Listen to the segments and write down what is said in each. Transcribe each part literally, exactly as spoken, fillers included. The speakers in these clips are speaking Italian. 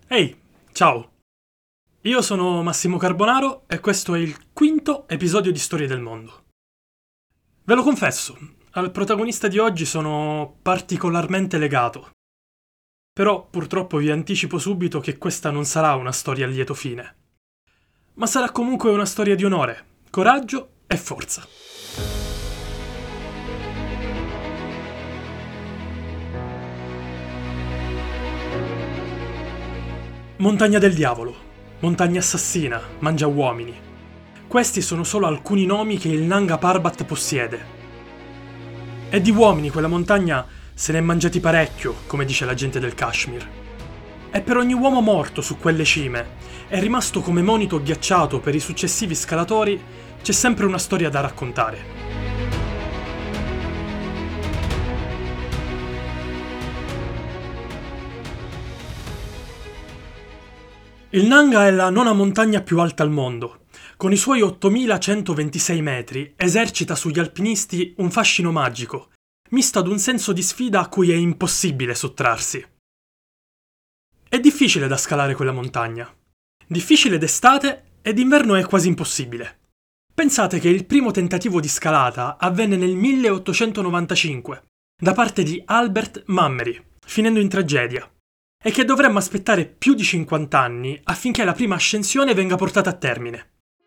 Ehi, ciao! Io sono Massimo Carbonaro e questo è il quinto episodio di Storie del Mondo. Ve lo confesso, al protagonista di oggi sono particolarmente legato. Però purtroppo vi anticipo subito che questa non sarà una storia a lieto fine. Ma sarà comunque una storia di onore, coraggio e forza. Montagna del Diavolo, montagna assassina, mangia uomini. Questi sono solo alcuni nomi che il Nanga Parbat possiede. E di uomini quella montagna se ne è mangiati parecchio, come dice la gente del Kashmir. E per ogni uomo morto su quelle cime è rimasto come monito ghiacciato per i successivi scalatori, c'è sempre una storia da raccontare. Il Nanga è la nona montagna più alta al mondo. Con i suoi ottomilacentoventisei metri esercita sugli alpinisti un fascino magico, misto ad un senso di sfida a cui è impossibile sottrarsi. È difficile da scalare quella montagna. Difficile d'estate e d'inverno è quasi impossibile. Pensate che il primo tentativo di scalata avvenne nel milleottocentonovantacinque, da parte di Albert Mammery, finendo in tragedia, e che dovremmo aspettare più di cinquanta anni affinché la prima ascensione venga portata a termine.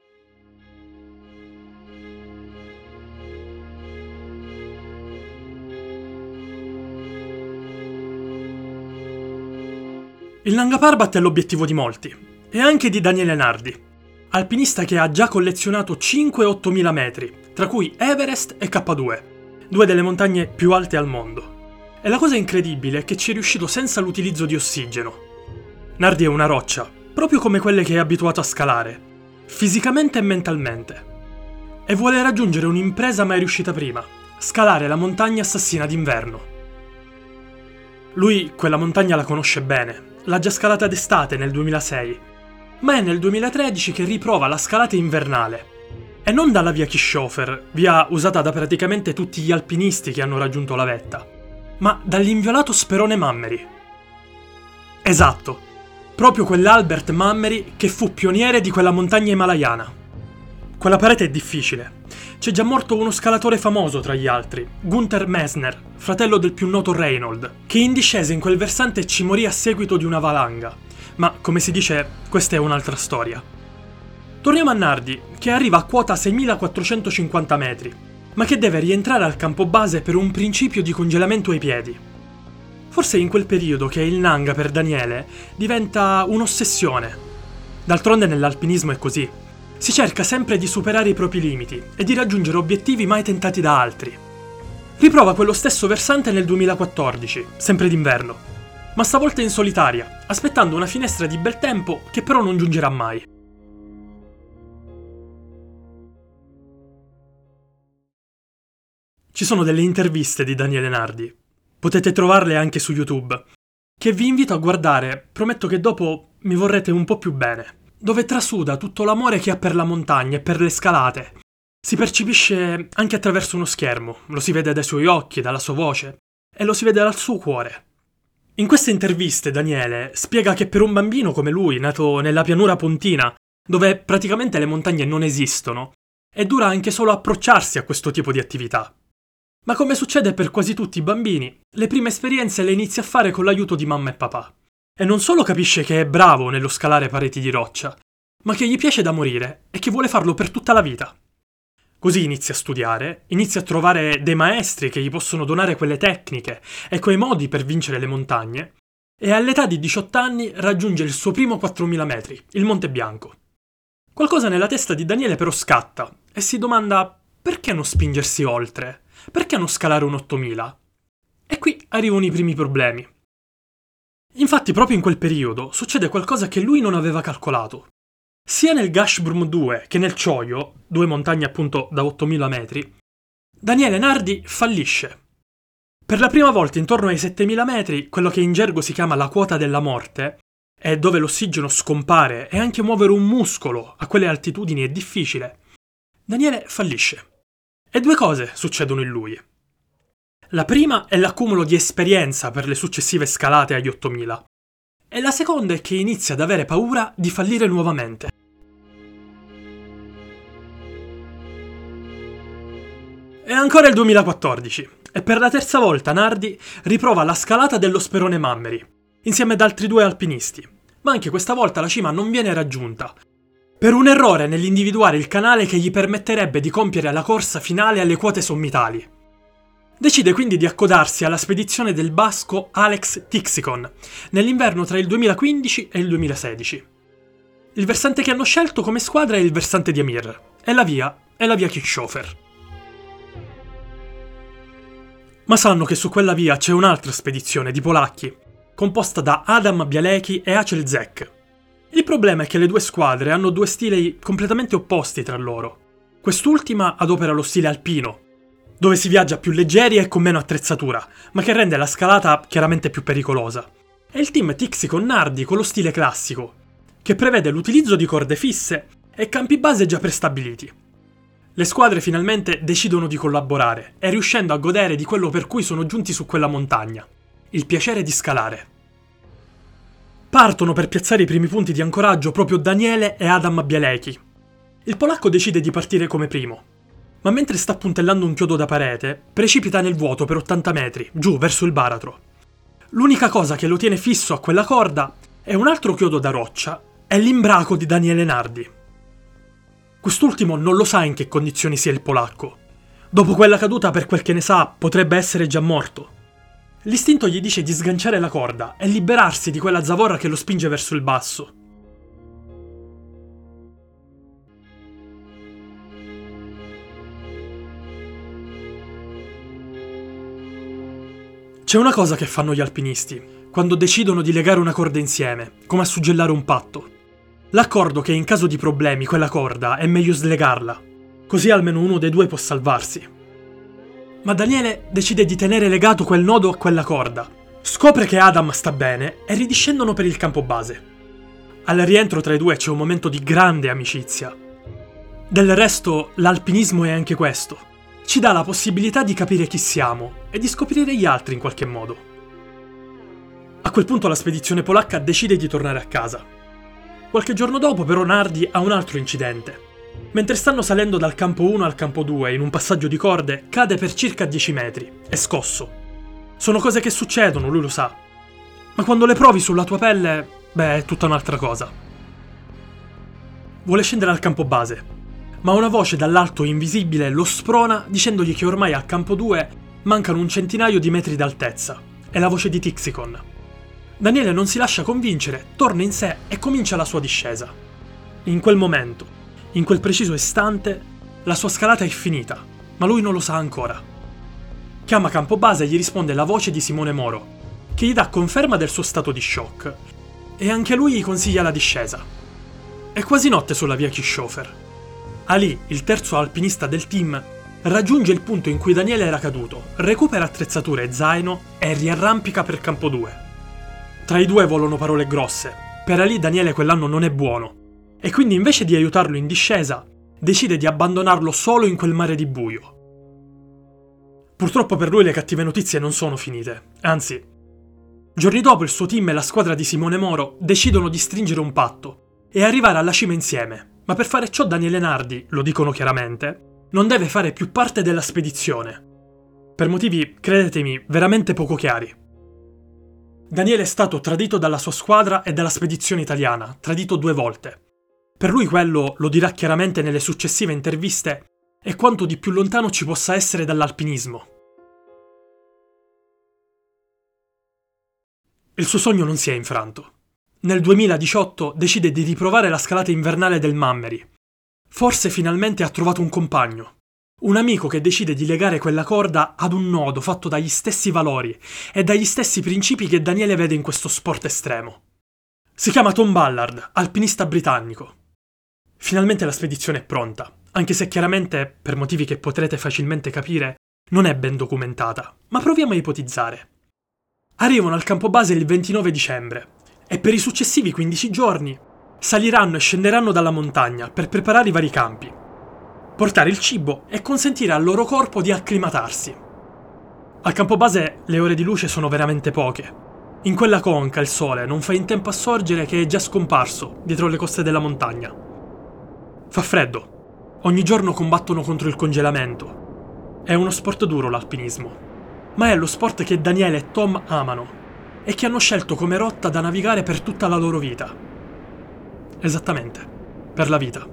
Il Nanga Parbat è l'obiettivo di molti, e anche di Daniele Nardi, alpinista che ha già collezionato cinque ottomila metri, tra cui Everest e K due, due delle montagne più alte al mondo. E la cosa incredibile è che ci è riuscito senza l'utilizzo di ossigeno. Nardi è una roccia, proprio come quelle che è abituato a scalare, fisicamente e mentalmente. E vuole raggiungere un'impresa mai riuscita prima, scalare la montagna assassina d'inverno. Lui quella montagna la conosce bene, l'ha già scalata d'estate nel duemilasei, ma è nel duemilatredici che riprova la scalata invernale. E non dalla via Kishofer, via usata da praticamente tutti gli alpinisti che hanno raggiunto la vetta, ma dall'inviolato Sperone Mammery. Esatto, proprio quell'Albert Mammery che fu pioniere di quella montagna himalayana. Quella parete è difficile. C'è già morto uno scalatore famoso tra gli altri, Gunther Messner, fratello del più noto Reinhold, che in discesa in quel versante ci morì a seguito di una valanga. Ma, come si dice, questa è un'altra storia. Torniamo a Nardi, che arriva a quota seimilaquattrocentocinquanta metri, ma che deve rientrare al campo base per un principio di congelamento ai piedi. Forse è in quel periodo che il Nanga per Daniele diventa un'ossessione. D'altronde nell'alpinismo è così. Si cerca sempre di superare i propri limiti e di raggiungere obiettivi mai tentati da altri. Riprova quello stesso versante nel duemilaquattordici, sempre d'inverno, ma stavolta in solitaria, aspettando una finestra di bel tempo che però non giungerà mai. Ci sono delle interviste di Daniele Nardi, potete trovarle anche su YouTube, che vi invito a guardare, prometto che dopo mi vorrete un po' più bene, dove trasuda tutto l'amore che ha per la montagna e per le scalate. Si percepisce anche attraverso uno schermo, lo si vede dai suoi occhi, dalla sua voce, e lo si vede dal suo cuore. In queste interviste Daniele spiega che per un bambino come lui, nato nella pianura pontina, dove praticamente le montagne non esistono, è dura anche solo approcciarsi a questo tipo di attività. Ma come succede per quasi tutti i bambini, le prime esperienze le inizia a fare con l'aiuto di mamma e papà. E non solo capisce che è bravo nello scalare pareti di roccia, ma che gli piace da morire e che vuole farlo per tutta la vita. Così inizia a studiare, inizia a trovare dei maestri che gli possono donare quelle tecniche e quei modi per vincere le montagne, e all'età di diciotto anni raggiunge il suo primo quattromila metri, il Monte Bianco. Qualcosa nella testa di Daniele però scatta e si domanda perché non spingersi oltre? Perché non scalare un ottomila? E qui arrivano i primi problemi. Infatti proprio in quel periodo succede qualcosa che lui non aveva calcolato. Sia nel Gashbrum due che nel Choyo, due montagne appunto da ottomila metri, Daniele Nardi fallisce. Per la prima volta intorno ai settemila metri, quello che in gergo si chiama la quota della morte, e dove l'ossigeno scompare e anche muovere un muscolo a quelle altitudini è difficile, Daniele fallisce. E due cose succedono in lui. La prima è l'accumulo di esperienza per le successive scalate agli ottomila. e la seconda è che inizia ad avere paura di fallire nuovamente. È ancora il duemilaquattordici e per la terza volta Nardi riprova la scalata dello Sperone Mammeri, insieme ad altri due alpinisti, ma anche questa volta la cima non viene raggiunta, per un errore nell'individuare il canale che gli permetterebbe di compiere la corsa finale alle quote sommitali. Decide quindi di accodarsi alla spedizione del basco Alex Tixikon, nell'inverno tra il duemilaquindici e il duemilasedici. Il versante che hanno scelto come squadra è il versante di Amir, e la via è la via Kirchhofer. Ma sanno che su quella via c'è un'altra spedizione di polacchi, composta da Adam Bialecki e Acel Zek. Il problema è che le due squadre hanno due stili completamente opposti tra loro. Quest'ultima adopera lo stile alpino, dove si viaggia più leggeri e con meno attrezzatura, ma che rende la scalata chiaramente più pericolosa. E il team Tixikon Nardi con lo stile classico, che prevede l'utilizzo di corde fisse e campi base già prestabiliti. Le squadre finalmente decidono di collaborare e riuscendo a godere di quello per cui sono giunti su quella montagna, il piacere di scalare. Partono per piazzare i primi punti di ancoraggio proprio Daniele e Adam Bialecki. Il polacco decide di partire come primo, ma mentre sta puntellando un chiodo da parete, precipita nel vuoto per ottanta metri, giù verso il baratro. L'unica cosa che lo tiene fisso a quella corda è un altro chiodo da roccia e l'imbraco di Daniele Nardi. Quest'ultimo non lo sa in che condizioni sia il polacco. Dopo quella caduta, per quel che ne sa, potrebbe essere già morto. L'istinto gli dice di sganciare la corda e liberarsi di quella zavorra che lo spinge verso il basso. C'è una cosa che fanno gli alpinisti quando decidono di legare una corda insieme, come a suggellare un patto. L'accordo che in caso di problemi quella corda è meglio slegarla, così almeno uno dei due può salvarsi. Ma Daniele decide di tenere legato quel nodo a quella corda. Scopre che Adam sta bene e ridiscendono per il campo base. Al rientro tra i due c'è un momento di grande amicizia. Del resto, l'alpinismo è anche questo. Ci dà la possibilità di capire chi siamo e di scoprire gli altri in qualche modo. A quel punto la spedizione polacca decide di tornare a casa. Qualche giorno dopo però Nardi ha un altro incidente. Mentre stanno salendo dal campo uno al campo due in un passaggio di corde, cade per circa dieci metri, è scosso. Sono cose che succedono, lui lo sa. Ma quando le provi sulla tua pelle, beh, è tutta un'altra cosa. Vuole scendere al campo base, ma una voce dall'alto invisibile lo sprona dicendogli che ormai al campo due mancano un centinaio di metri d'altezza. È la voce di Tixikon. Daniele non si lascia convincere, torna in sé e comincia la sua discesa. In quel momento, in quel preciso istante, la sua scalata è finita, ma lui non lo sa ancora. Chiama campo base e gli risponde la voce di Simone Moro, che gli dà conferma del suo stato di shock, e anche lui gli consiglia la discesa. È quasi notte sulla via Kirchhofer. Ali, il terzo alpinista del team, raggiunge il punto in cui Daniele era caduto, recupera attrezzature e zaino e riarrampica per campo due. Tra i due volano parole grosse. Per Ali Daniele quell'anno non è buono, e quindi invece di aiutarlo in discesa, decide di abbandonarlo solo in quel mare di buio. Purtroppo per lui le cattive notizie non sono finite, anzi. Giorni dopo il suo team e la squadra di Simone Moro decidono di stringere un patto e arrivare alla cima insieme, ma per fare ciò Daniele Nardi, lo dicono chiaramente, non deve fare più parte della spedizione. Per motivi, credetemi, veramente poco chiari. Daniele è stato tradito dalla sua squadra e dalla spedizione italiana, tradito due volte. Per lui quello, lo dirà chiaramente nelle successive interviste, è quanto di più lontano ci possa essere dall'alpinismo. Il suo sogno non si è infranto. Nel duemiladiciotto decide di riprovare la scalata invernale del Mammeri. Forse finalmente ha trovato un compagno. Un amico che decide di legare quella corda ad un nodo fatto dagli stessi valori e dagli stessi principi che Daniele vede in questo sport estremo. Si chiama Tom Ballard, alpinista britannico. Finalmente la spedizione è pronta, anche se chiaramente, per motivi che potrete facilmente capire, non è ben documentata, ma proviamo a ipotizzare. Arrivano al campo base il ventinove dicembre e per i successivi quindici giorni saliranno e scenderanno dalla montagna per preparare i vari campi, portare il cibo e consentire al loro corpo di acclimatarsi. Al campo base le ore di luce sono veramente poche. In quella conca il sole non fa in tempo a sorgere che è già scomparso dietro le coste della montagna. Fa freddo. Ogni giorno combattono contro il congelamento. È uno sport duro l'alpinismo, ma è lo sport che Daniele e Tom amano e che hanno scelto come rotta da navigare per tutta la loro vita. Esattamente, per la vita.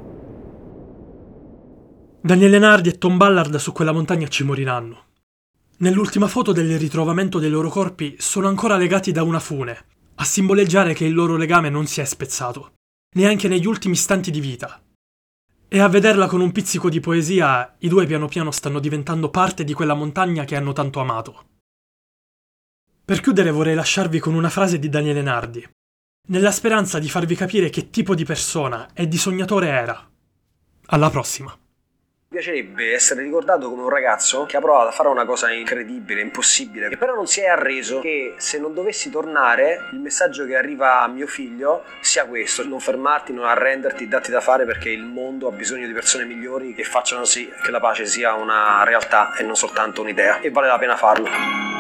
Daniele Nardi e Tom Ballard su quella montagna ci moriranno. Nell'ultima foto del ritrovamento dei loro corpi sono ancora legati da una fune, a simboleggiare che il loro legame non si è spezzato, neanche negli ultimi istanti di vita. E a vederla con un pizzico di poesia, i due piano piano stanno diventando parte di quella montagna che hanno tanto amato. Per chiudere vorrei lasciarvi con una frase di Daniele Nardi, nella speranza di farvi capire che tipo di persona e di sognatore era. Alla prossima. Mi piacerebbe essere ricordato come un ragazzo che ha provato a fare una cosa incredibile, impossibile, che però non si è arreso, che se non dovessi tornare, il messaggio che arriva a mio figlio sia questo: non fermarti, non arrenderti, datti da fare, perché il mondo ha bisogno di persone migliori che facciano sì che la pace sia una realtà e non soltanto un'idea, e vale la pena farlo.